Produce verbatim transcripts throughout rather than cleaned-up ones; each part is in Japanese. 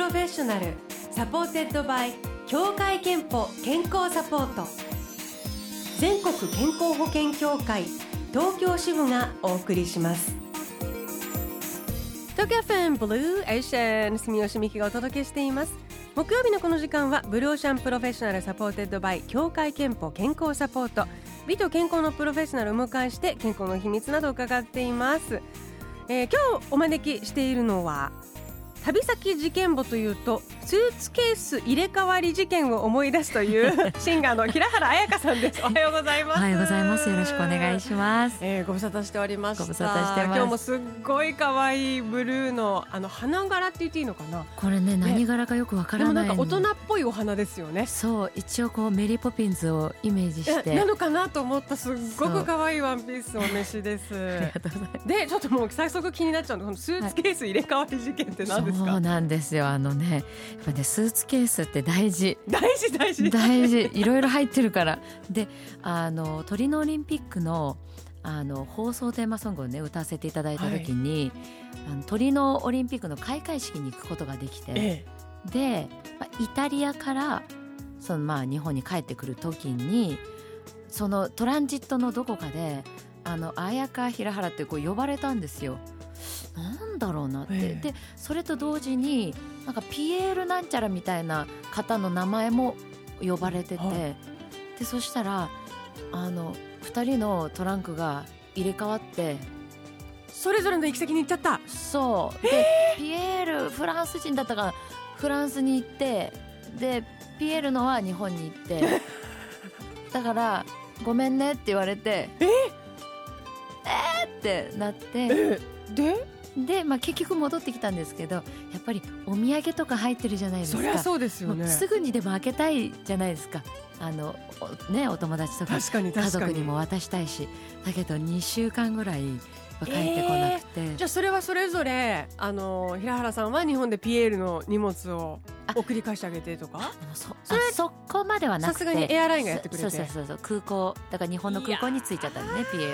ロフェッショナルサポーテッドバイ協会憲法健康サポート、全国健康保険協会東京支部がお送りします。東京 エフエム ブルーエーシャン、住吉美希がお届けしています。木曜日のこの時間はブルーオーシャンプロフェッショナルサポーテッドバイ協会憲法健康サポート、美と健康のプロフェッショナルをお迎えして健康の秘密などを伺っています。えー、今日お招きしているのは、旅先事件簿というとスーツケース入れ替わり事件を思い出すというシンガーの平原綾香さんです。おはようございます。 おはようございます。よろしくお願いします。 えー、ご無沙汰しておりました。 ご無沙汰してます。 今日もすっごい可愛いブルーのあの花柄って言っていいのかな、 これね、何柄かよくわからない、 でもなんか大人っぽいお花ですよね。 そう、一応こうメリーポピンズをイメージしてなのかなと思った。すっごく可愛いワンピースお召しですありがとうございます。 で、ちょっともう早速気になっちゃうの、このスーツケース入れ替わり事件って何ですか？ そうなんですよ。あのね、やっぱね、スーツケースって大事大事大事大事いろいろ入ってるからで、あのトリノオリンピックのあの放送テーマソングをね歌わせていただいた時に、はい、あのトリノオリンピックの開会式に行くことができて、ええ、で、まあ、イタリアからその、まあ、日本に帰ってくる時にそのトランジットのどこかであの綾香平原ってこう呼ばれたんですよ。なんだろうなって、ええ、でそれと同時になんかピエールなんちゃらみたいな方の名前も呼ばれてて、はい、でそしたらあのふたりのトランクが入れ替わってそれぞれの行き先に行っちゃった。 そうで、ピエールフランス人だったからフランスに行って、でピエールのは日本に行ってだからごめんねって言われてええーってなって、 えでで、まあ、結局戻ってきたんですけど、やっぱりお土産とか入ってるじゃないですか。 そりゃそうですよね。 すぐにでも開けたいじゃないですか。あのお、ね、お友達とか家族にも渡したいし、だけどにしゅうかんぐらいは帰ってこなくて、えー、 じゃあそれはそれぞれあの平原さんは日本でピエールの荷物を送り返してあげてとか、 そ, そ, れそこまではなくて、 さすがにエアラインがやってくれて、 そうそうそう、空港だから日本の空港に着いちゃったんでね、ピエール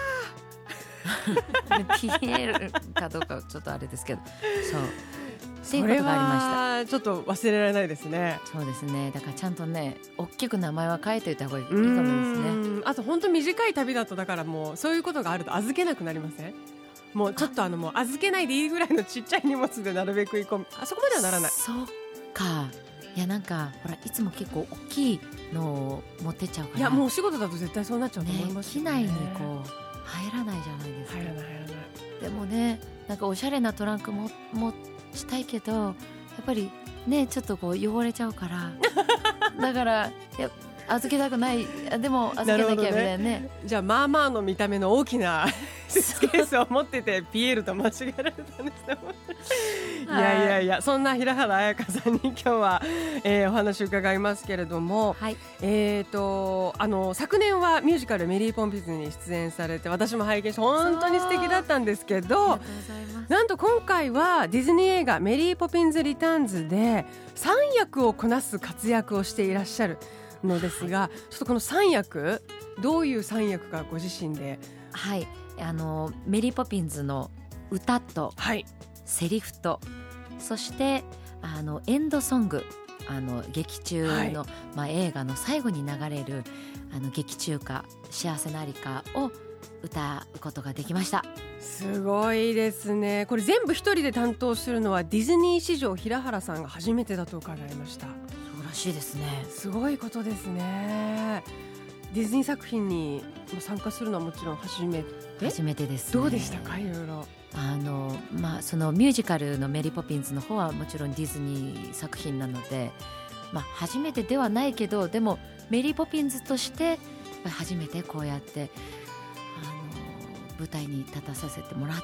ピエールかどうかちょっとあれですけど、そうっていうことがありました。 ちょっと忘れられないですね。 そうですね。だからちゃんとね、大きく名前は書いておいた方がいいかもですね。 あと本当短い旅だと、だからもうそういうことがあると預けなくなりません？もうちょっとあのもう預けないでいいぐらいのちっちゃい荷物でなるべく行こう、あそこまではならない。 そうか。いや、なんかほらいつも結構大きいのを持ってっちゃうから、 いやもうお仕事だと絶対そうなっちゃうと思いますよね。 ね、機内にこう入らないじゃないですか。 入らない入らない。 でもね、なんかおしゃれなトランクも持ちたいけど、やっぱりねちょっとこう汚れちゃうからだからいや預けたくない、でも預けなきゃみたいな ね, ねじゃあまあまあの見た目の大きなスーツケースを持っててピエールと間違えられたんですねいやいやいや、そんな平原綾香さんに今日は、えー、お話を伺いますけれども、はい、えーとあの昨年はミュージカルメリーポピンズに出演されて、私も拝見して本当に素敵だったんですけど、なんと今回はディズニー映画メリーポピンズリターンズでさん役をこなす活躍をしていらっしゃるのですが、ちょっとこのさん役どういうさん役かご自身で。 はい、あのメリーポピンズの歌と、はい、セリフと、そしてあのエンドソング、あの劇中の、はい、まあ、映画の最後に流れるあの劇中歌幸せなありかを歌うことができました。 すごいですね。これ全部一人で担当するのはディズニー史上平原さんが初めてだと伺いました。 そうらしいですね。 すごいことですね。ディズニー作品に参加するのはもちろん初めて初めてですね。 どうでしたか？いろいろあの、まあ、そのミュージカルのメリーポピンズの方はもちろんディズニー作品なので、まあ、初めてではないけど、でもメリーポピンズとして初めてこうやってあの舞台に立たさせてもらって、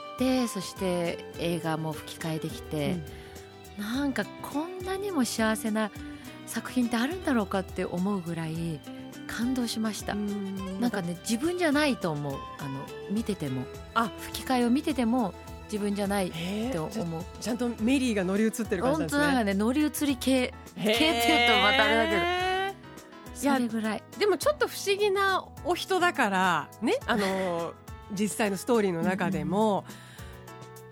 そして映画も吹き替えできて、うん、なんかこんなにも幸せな作品ってあるんだろうかって思うぐらい感動しました。んなんかね、自分じゃないと思う。あの見てても、あ、吹き替えを見てても自分じゃないって思う。 ち, ちゃんとメリーが乗り移ってる感じなんですね。 本当なんかね、乗り移り系系っていうとまたあれだけど、それぐらい。 でもちょっと不思議なお人だからね、あの実際のストーリーの中でも、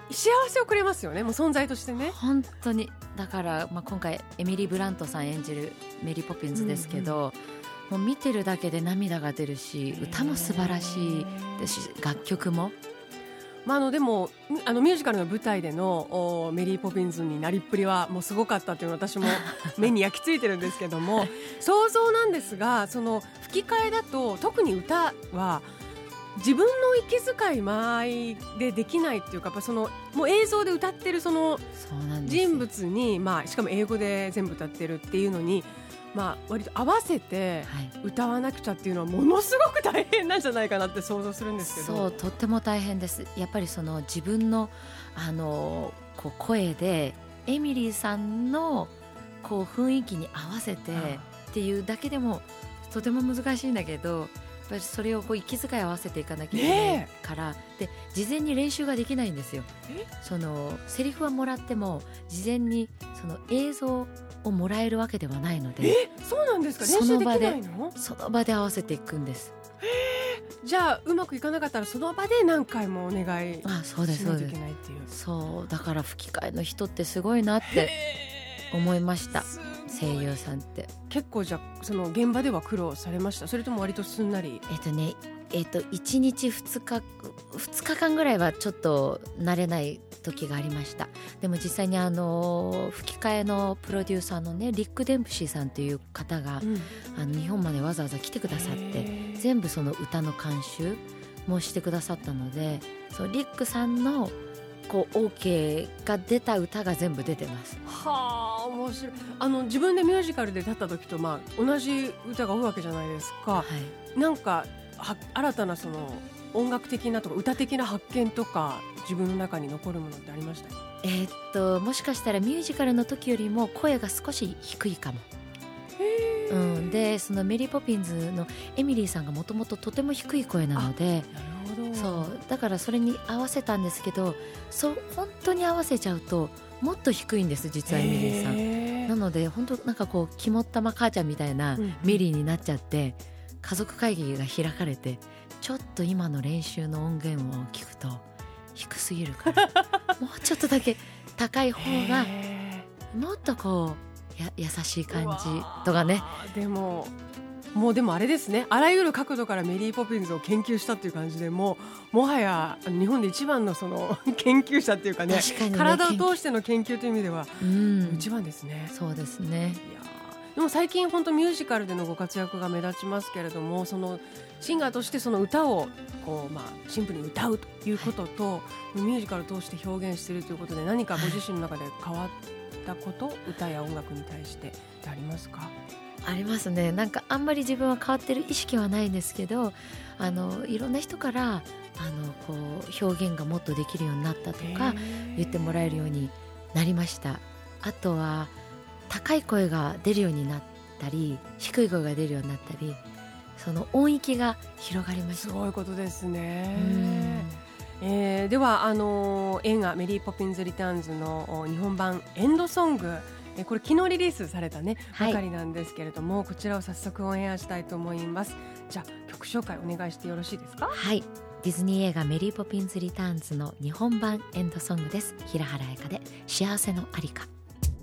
幸せをくれますよね、もう存在としてね。 本当にだから、まあ、今回エミリー・ブラントさん演じるメリー・ポピンズですけど、うんうん、もう見てるだけで涙が出るし、歌も素晴らしいですし、楽曲も、 まあ、あのでもあのミュージカルの舞台でのメリー・ポピンズになりっぷりはもうすごかったっていうのは私も目に焼き付いてるんですけども想像なんですが、その吹き替えだと特に歌は自分の息遣い間合いでできないっていうか、やっぱそのもう映像で歌ってるその人物に、まあ、しかも英語で全部歌ってるっていうのに、まあ、割と合わせて歌わなくちゃっていうのはものすごく大変なんじゃないかなって想像するんですけど。 そう、とっても大変です。やっぱりその自分の、あのこう声でエミリーさんのこう雰囲気に合わせてっていうだけでもとても難しいんだけど、やっぱりそれをこう息遣い合わせていかなきゃいけないから、ね、で事前に練習ができないんですよ。そのセリフはもらっても事前にその映像をもらえるわけではないので。 え、そうなんですか。練習できないの？ その場で合わせていくんです。 じゃあうまくいかなかったらその場で何回もお願いしないといけないっていう。 そうだから吹き替えの人ってすごいなって思いました。声優さんって結構じゃあその現場では苦労されました？それとも割とすんなり？ えっとねえっといちにちふつかふつかかんぐらいはちょっと慣れない時がありました。でも実際にあの吹き替えのプロデューサーのねリック・デンプシーさんという方が、うん、あの日本までわざわざ来てくださって全部その歌の監修もしてくださったので、そのリックさんのこう OK が出た歌が全部出てます。 はあ、面白い。あの自分でミュージカルで立った時と、まあ、同じ歌が多いわけじゃないですか、はい、なんかは新たなその音楽的なとか歌的な発見とか自分の中に残るものってありましたか？ えー、っともしかしたらミュージカルの時よりも声が少し低いかも。うん、でそのメリー・ポピンズのエミリーさんがもともととても低い声なので、そうだからそれに合わせたんですけど、そう本当に合わせちゃうともっと低いんです実はエミリーさん。なので本当なんかこう肝っ玉母ちゃんみたいなメリーになっちゃって、うん、家族会議が開かれてちょっと今の練習の音源を聞くと低すぎるからもうちょっとだけ高い方がもっとこうや優しい感じとかね。 でももうでもあれですね、あらゆる角度からメリー・ポピンズを研究したっていう感じで、もうもはや日本で一番のその研究者っていうか ね, かね体を通しての研究という意味では一番ですね。 そうですね。いやでも最近本当ミュージカルでのご活躍が目立ちますけれども、そのシンガーとしてその歌をこう、まあ、シンプルに歌うということと、はい、ミュージカルを通して表現しているということで何かご自身の中で変わったこと、はい、歌や音楽に対してありますか？ ありますね。なんかあんまり自分は変わってる意識はないんですけど、あのいろんな人からあのこう表現がもっとできるようになったとか言ってもらえるようになりました。あとは高い声が出るようになったり低い声が出るようになったり、その音域が広がりました。 すごいことですね。えー、ではあの映画メリー・ポピンズ・リターンズの日本版エンドソング、これ昨日リリースされたねばかりなんですけれども、はい、こちらを早速オンエアしたいと思います。じゃあ曲紹介お願いしてよろしいですか？ はい、ディズニー映画メリー・ポピンズ・リターンズの日本版エンドソングです。平原綾香で幸せのありか。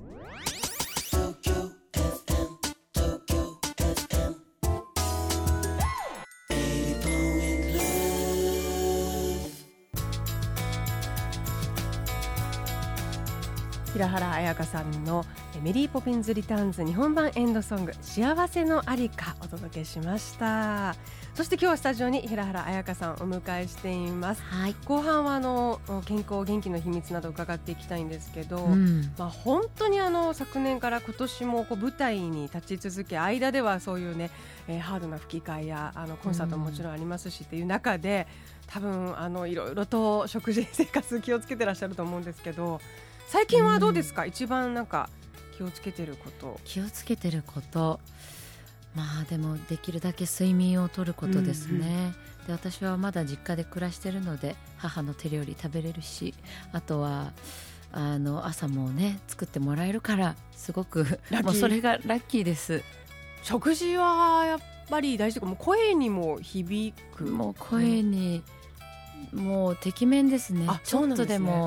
平原綾香さんのメリー・ポピンズ・リターンズ日本版エンドソング幸せのありかお届けしました。そして今日はスタジオに平原綾香さんをお迎えしています、はい、後半はあの健康元気の秘密など伺っていきたいんですけど、うん、まあ、本当にあの昨年から今年もこう舞台に立ち続け、間ではそういうね、えー、ハードな吹き替えやあのコンサートももちろんありますし、うん、っていう中で多分あのいろいろと食事生活気をつけてらっしゃると思うんですけど、最近はどうですか？うん、一番なんか気をつけてること。 気をつけてること、まあでもできるだけ睡眠をとることですね、うんうん、で私はまだ実家で暮らしてるので母の手料理食べれるし、あとはあの朝もね作ってもらえるからすごくもうそれがラッキーです。 食事はやっぱり大事とか、もう声にも響く。 もう声に、うん、もうてきめんですね。ちょっとでも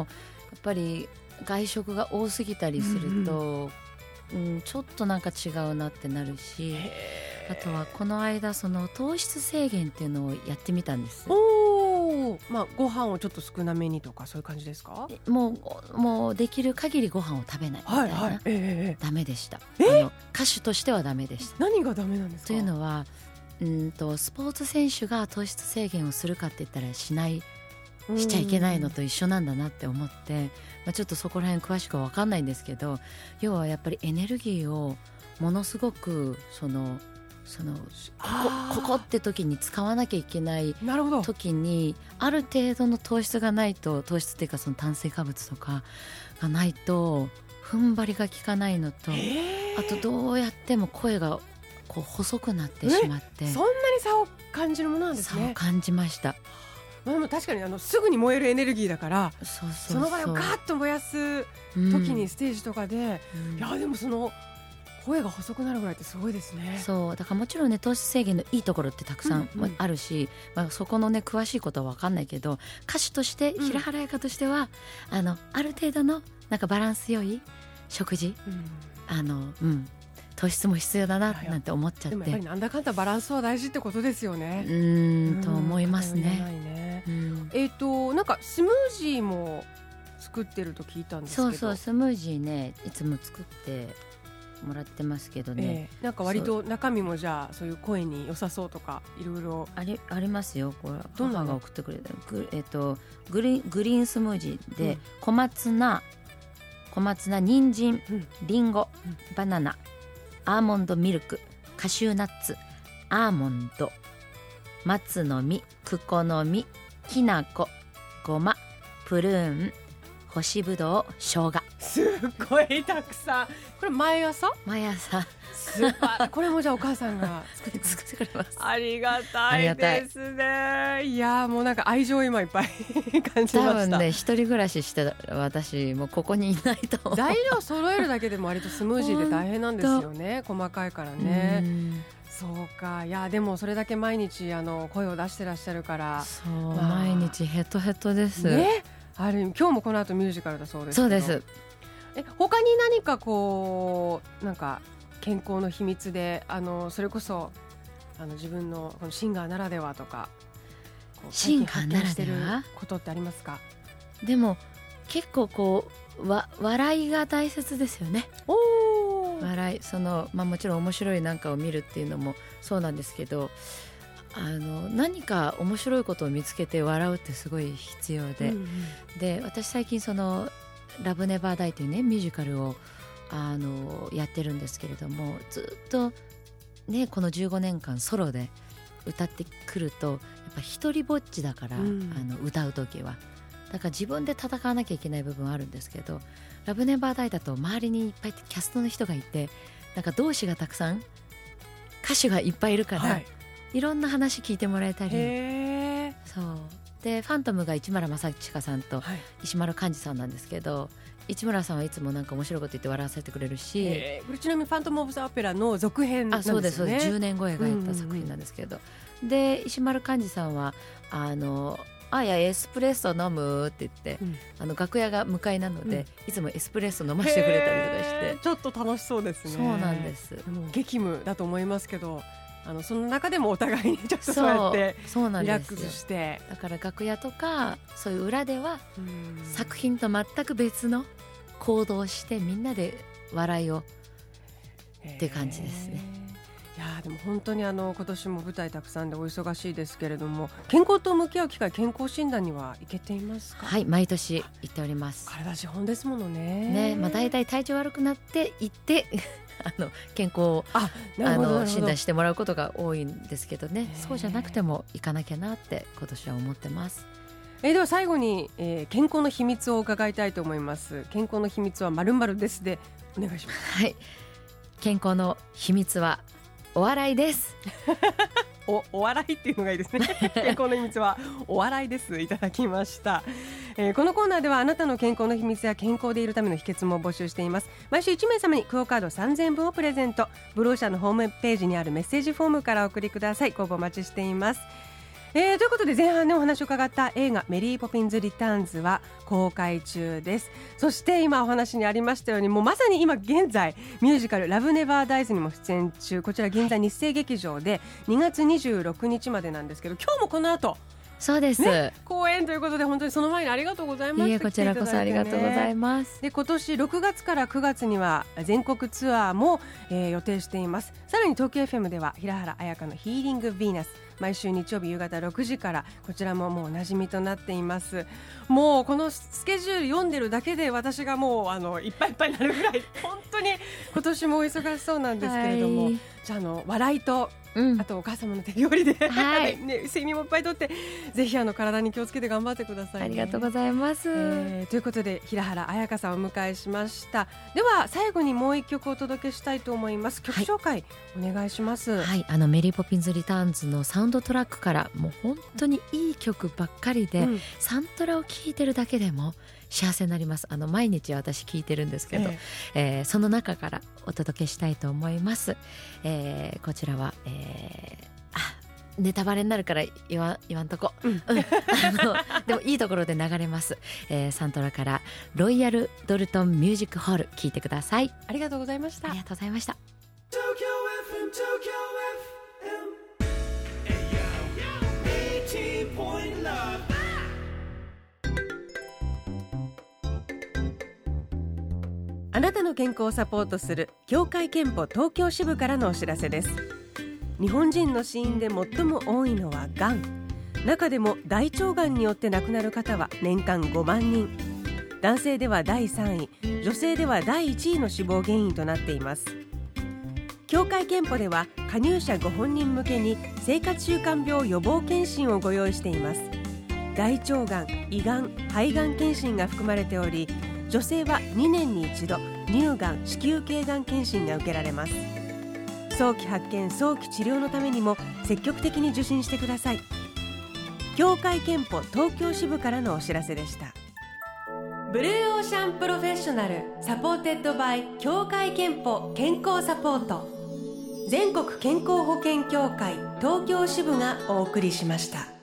っぱり外食が多すぎたりすると、うんうん、ちょっとなんか違うなってなるし、あとはこの間その糖質制限っていうのをやってみたんです。 お、まあ、ご飯をちょっと少なめにとかそういう感じですか？ もう、もうできる限りご飯を食べないみたいな、はいはい、えー、ダメでした。あの歌手としてはダメでした。 何がダメなんですか？ というのはうんとスポーツ選手が糖質制限をするかって言ったらしないしちゃいけないのと一緒なんだなって思って、まあ、ちょっとそこら辺詳しくは分かんないんですけど、要はやっぱりエネルギーをものすごくそのそのここ、ここって時に使わなきゃいけない時にある程度の糖質がないと、糖質っていうかその炭水化物とかがないと踏ん張りが効かないのと、あとどうやっても声がこう細くなってしまって、 そんなに差を感じるものなんですね。 差を感じました。 まあ、でも確かにあのすぐに燃えるエネルギーだから、 そうそうそう、 その場をガーッと燃やす時にステージとかで、うん、いやでもその声が細くなるぐらいってすごいですね。 そうだからもちろんね糖質制限のいいところってたくさんあるし、うんうん、まあ、そこのね詳しいことは分かんないけど、歌手として、うん、平原綾香としてはあのある程度のなんかバランス良い食事、うん、あのうん糖質も必要だななんて思っちゃって、でもやっぱりなんだかんだバランスは大事ってことですよね。 うーんと思いますね。 ね、うん、えっ、ー、となんかスムージーも作ってると聞いたんですけど。 そうそう、スムージーねいつも作ってもらってますけどね、 えー、なんか割と中身もじゃあそういう声に良さそうとかいろいろあり、ありますよ。これ母が送ってくれたグ、えー、とグリーン、グリーンスムージーで、うん、小松菜小松菜人参、うん、リンゴ、うん、バナナ、アーモンドミルク、カシューナッツ、アーモンド、松の実、クコの実、きな粉、ごま、プルーン、干しぶどう、生姜。 すっごいたくさん。これ毎朝毎朝スーパーこれもじゃあお母さんが作ってくれ作ってくれます。 ありがたいですね。いやもうなんか愛情今いっぱい感じました。 多分ね一人暮らしして私もうここにいないと材料揃えるだけでも割とスムージーで大変なんですよね。細かいからね。そうか。いやでもそれだけ毎日あの声を出してらっしゃるから、 そう、まあ、毎日ヘトヘトですね。ある意味今日もこの後ミュージカルだそうですけど。 そうです。 え他に何かこうなんか健康の秘密であのそれこそあの自分のこのシンガーならではとかシンガーならではことってありますか？ でも結構こうわ笑いが大切ですよね。 お笑いその、まあ、もちろん面白いなんかを見るっていうのもそうなんですけど、あの何か面白いことを見つけて笑うってすごい必要で、うんうん、で私最近そのラブネバーダイというねミュージカルをあのやってるんですけれども、ずっとねこのじゅうごねんかんソロで歌ってくるとやっぱ一人ぼっちだから、うん、あの歌う時はだから自分で戦わなきゃいけない部分はあるんですけど、ラブネバーダイだと周りにいっぱいキャストの人がいて、なんか同志がたくさん歌手がいっぱいいるから、はい、いろんな話聞いてもらえたり、 へそうでファントムが市村正親さんと石丸幹二さんなんですけど、はい、市村さんはいつもなんか面白いこと言って笑わせてくれるし、 えー、これちなみにファントム・オブ・ザ・オペラの続編なんですよね。 あ、そうですそうです。じゅうねんご描いた作品なんですけど、うんうんうん、で石丸幹二さんはあのあいやエスプレッソ飲むって言って、うん、あの楽屋が向かいなので、うん、いつもエスプレッソ飲ませてくれたりとかして、 ちょっと楽しそうですね。 そうなんです。 もう激務だと思いますけど、あのその中でもお互いにちょっとそうやってリラックスして、 だから楽屋とかそういう裏では作品と全く別の行動をしてみんなで笑いをっていう感じですね。 いやでも本当にあの今年も舞台たくさんでお忙しいですけれども、健康と向き合う機会、健康診断には行けていますか？ はい、毎年行っております。 体資本ですものね。 ね、まあ、だいたい体調悪くなって行ってあの健康をああの診断してもらうことが多いんですけどね、そうじゃなくても行かなきゃなって今年は思ってます。 えー、では最後に、えー、健康の秘密を伺いたいと思います。健康の秘密は〇〇ですでお願いします。 はい、健康の秘密はお笑いですお, お笑いっていうのがいいですね健康の秘密はお笑いです。いただきました、えー、このコーナーではあなたの健康の秘密や健康でいるための秘訣も募集しています。毎週いちめいさまにクオカードさんぜんぶんをプレゼント。ブローシャのホームページにあるメッセージフォームからお送りください。ご応募お待ちしています。 えー、ということで前半ねお話を伺った映画メリーポピンズリターンズは公開中です。そして今お話にありましたようにもうまさに今現在ミュージカルラブネバーダイズにも出演中、こちら現在日生劇場でにがつにじゅうろくにちまでなんですけど、今日もこの後そうです、 ね、公演ということで本当にその前にありがとうございます。 いえこちらこそありがとうございます。 で今年ろくがつからくがつには全国ツアーも、えー、予定しています。さらに東京 エフエム では平原綾香のヒーリングヴィーナス毎週日曜日夕方ろくじからこちらももうおなじみとなっています。もうこのスケジュール読んでるだけで私がもうあのいっぱいいっぱいになるぐらい本当に今年もお忙しそうなんですけれども、はい、じゃあ、あの笑いとうん、あとお母様の手料理で、はいね、睡眠もいっぱいとってぜひあの体に気をつけて頑張ってください、ね、 ありがとうございます、 えー、ということで平原綾香さんをお迎えしました。では最後にもう一曲お届けしたいと思います。曲紹介、はい、お願いします。 はい、あのメリーポピンズリターンズのサウンドトラックからもう本当にいい曲ばっかりで、うん、サントラを聴いてるだけでも幸せになります。あの毎日私聞いてるんですけど、えええー、その中からお届けしたいと思います、えー、こちらは、えー、あネタバレになるから言わ、言わんとこ、うんうん、あのでもいいところで流れます、えー、サントラからロイヤルドルトンミュージックホール聞いてください。 ありがとうございました。 ありがとうございました。 あなたの健康をサポートする協会憲法東京支部からのお知らせです。日本人の死因で最も多いのはがん。中でも大腸がんによって亡くなる方は年間ごまんにん。男性ではだいさんい、女性ではだいいちいの死亡原因となっています。協会憲法では加入者ご本人向けに生活習慣病予防検診をご用意しています。大腸がん、胃がん、肺がん検診が含まれており、女性はにねんにいちど乳がん、子宮頸がん検診が受けられます。早期発見、早期治療のためにも積極的に受診してください。協会憲法東京支部からのお知らせでした。ブルーオーシャンプロフェッショナルサポーテッドバイ協会憲法健康サポート、全国健康保険協会東京支部がお送りしました。